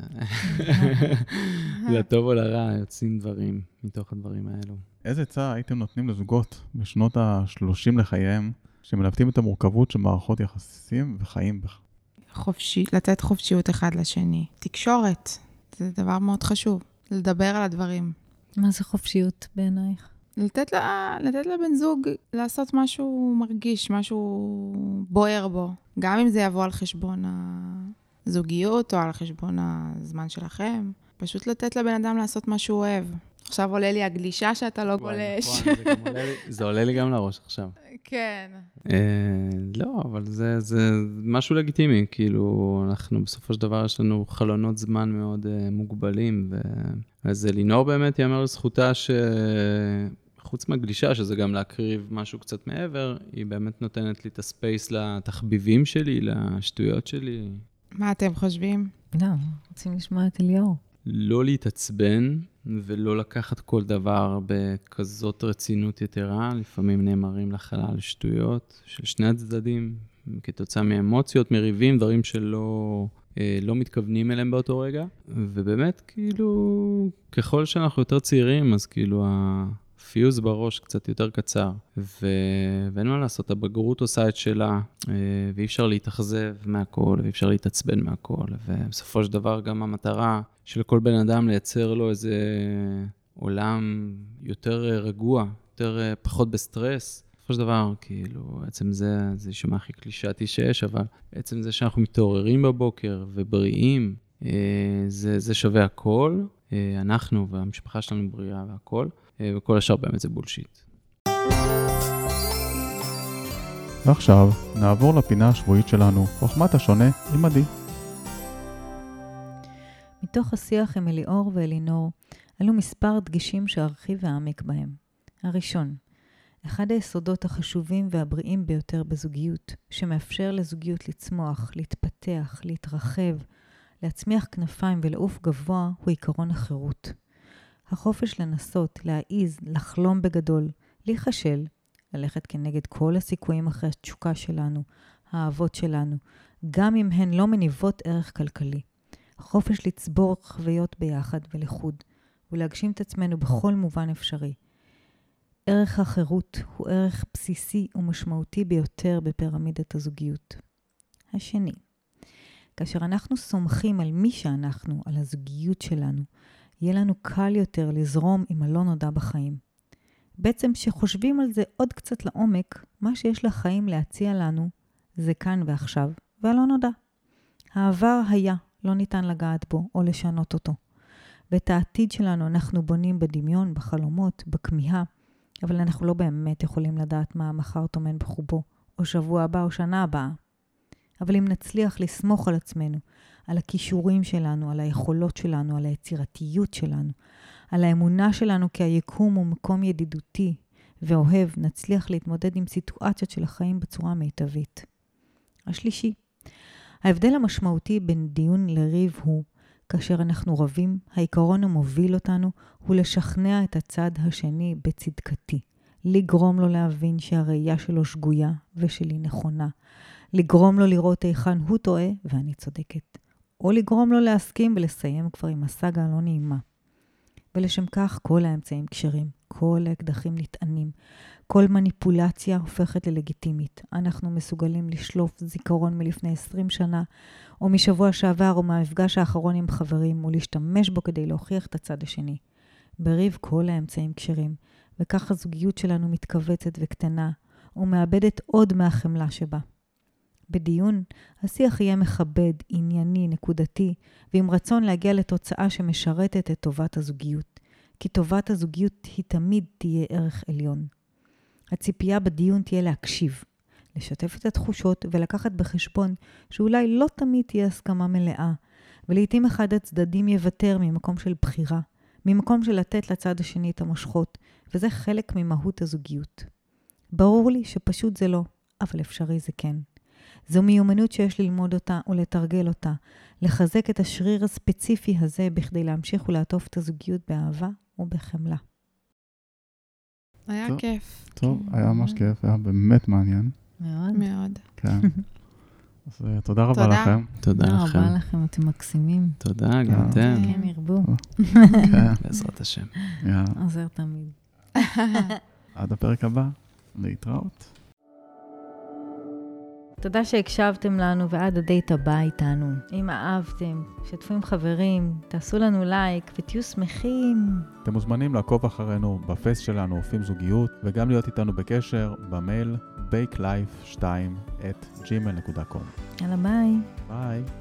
לטוב או לרע יוצאים דברים מתוך הדברים האלו. איזה עצה הייתם נותנים לזוגות בשנות ה-30 לחייהם, שמלבטים את המורכבות של מערכות יחסים וחיים בך? לתת חופשיות אחד לשני. תקשורת, זה דבר מאוד חשוב. לדבר על הדברים. מה זה חופשיות בעינייך? לתת לבן זוג לעשות משהו מרגיש, משהו בוער בו. גם אם זה יבוא על חשבון הזוגיות או על חשבון הזמן שלכם. פשוט לתת לבן אדם לעשות משהו אוהב. עכשיו עולה לי הגלישה שאתה לא גולש. זה עולה לי גם לראש עכשיו. כן. לא, אבל זה משהו לגיטימי. כאילו, אנחנו בסופו של דבר יש לנו חלונות זמן מאוד מוגבלים. אז אלינור באמת יאמר לזכותה שחוץ מהגלישה, שזה גם להקריב משהו קצת מעבר, היא באמת נותנת לי את הספייס לתחביבים שלי, לשטויות שלי. מה אתם חושבים? לא, רוצים לשמוע את אליאור. לא להתעצבן ולא לקחת כל דבר בכזאת רצינות יתרה. לפעמים נאמרים לחלל שטויות של שני הצדדים, כתוצאה מאמוציות, מריבים, דברים שלא מתכוונים אליהם באותו רגע. ובאמת, כאילו, ככל שאנחנו יותר צעירים, אז כאילו הפיוז בראש קצת יותר קצר. ואין מה לעשות, הבגרות עושה את שלה, ואי אפשר להתאכזב מהכל, ואי אפשר להתעצבן מהכל. ובסופו של דבר גם המטרה של כל בן אדם לייצר לו איזה עולם יותר רגוע, פחות בסטרס. בסופו של דבר, כאילו, עצם זה יישמע הכי קלישאתי שיש, אבל עצם זה שאנחנו מתעוררים בבוקר ובריאים, זה שווה הכל. אנחנו והמשפחה שלנו בריאה והכל, וכל השאר באמת זה בולשיט. ועכשיו נעבור לפינה השבועית שלנו, חוכמת השונה עם עדי. מתוך השיח עם אליאור ואלינור, עלו מספר דגשים שארחיב ועמק בהם. הראשון, אחד היסודות החשובים והבריאים ביותר בזוגיות, שמאפשר לזוגיות לצמוח, להתפתח, להתרחב, להצמיח כנפיים ולעוף גבוה, הוא עיקרון החירות. החופש לנסות, להעיז, לחלום בגדול, להיחשל, ללכת כנגד כל הסיכויים אחרי התשוקה שלנו, האהבות שלנו, גם אם הן לא מניבות ערך כלכלי. חופש לצבור חוויות ביחד ולחוד, ולהגשים את עצמנו בכל מובן אפשרי. ערך החירות הוא ערך בסיסי ומשמעותי ביותר בפירמידת הזוגיות. השני, כאשר אנחנו סומכים על מי שאנחנו, על הזוגיות שלנו, יהיה לנו קל יותר לזרום עם הלא נודע בחיים. בעצם שחושבים על זה עוד קצת לעומק, מה שיש לחיים להציע לנו זה כאן ועכשיו, והלא נודע. העבר היה, לא ניתן לגעת בו או לשנות אותו. ואת העתיד שלנו אנחנו בונים בדמיון, בחלומות, בכמיהה, אבל אנחנו לא באמת יכולים לדעת מה המחר טומן בחובו, או שבוע הבא או שנה הבאה. אבל אם נצליח לסמוך על עצמנו, על הכישורים שלנו, על היכולות שלנו, על היצירתיות שלנו, על האמונה שלנו כי היקום הוא מקום ידידותי ואוהב, נצליח להתמודד עם סיטואציות של החיים בצורה מיטבית. השלישי, ההבדל המשמעותי בין דיון לריב הוא, כאשר אנחנו רבים, העיקרון המוביל אותנו הוא לשכנע את הצד השני בצדקתי, לגרום לו להבין שהראייה שלו שגויה ושלי נכונה, לגרום לו לראות היכן הוא טועה ואני צודקת, או לגרום לו להסכים ולסיים כבר עם הסגה הלא נעימה. ולשם כך כל האמצעים כשרים, כל האקדחים נטענים, כל מניפולציה הופכת ללגיטימית. אנחנו מסוגלים לשלוף זיכרון מלפני 20 שנה, או משבוע שעבר, או מהמפגש האחרון עם חברים, ולהשתמש בו כדי להוכיח את הצד השני. בריב כל האמצעים כשרים, וכך הזוגיות שלנו מתכווצת וקטנה, ומאבדת עוד מהחמלה שבה. בדיון, השיח יהיה מכבד, ענייני, נקודתי, ועם רצון להגיע לתוצאה שמשרתת את טובת הזוגיות. כי טובת הזוגיות היא תמיד תהיה ערך עליון. הציפייה בדיון תהיה להקשיב, לשתף את התחושות ולקחת בחשבון שאולי לא תמיד תהיה הסכמה מלאה, ולעיתים אחד הצדדים יוותר ממקום של בחירה, ממקום של לתת לצד השני את המושכות, וזה חלק ממהות הזוגיות. ברור לי שפשוט זה לא, אבל אפשרי זה כן. זו מיומנות שיש ללמוד אותה ולתרגל אותה, לחזק את השריר הספציפי הזה בכדי להמשיך ולעטוף את הזוגיות באהבה ובחמלה. היה כיף. טוב, היה ממש כיף, היה באמת מעניין. מאוד. מאוד. כן. אז תודה רבה לכם. תודה לכם. רבה לכם, אתם מקסימים. תודה, גם אתם. כן, ירבו. בעזרת השם. עוזר תמיד. עד הפרק הבא, להתראות. תודה שהקשבתם לנו ועד הדייט הבא איתנו. אם אהבתם, שתפו עם חברים, תעשו לנו לייק ותהיו שמחים. אתם מוזמנים לעקוב אחרינו בפייס שלנו, אופים זוגיות, וגם להיות איתנו בקשר במייל bakelife2@gmail.com. יאללה ביי. ביי.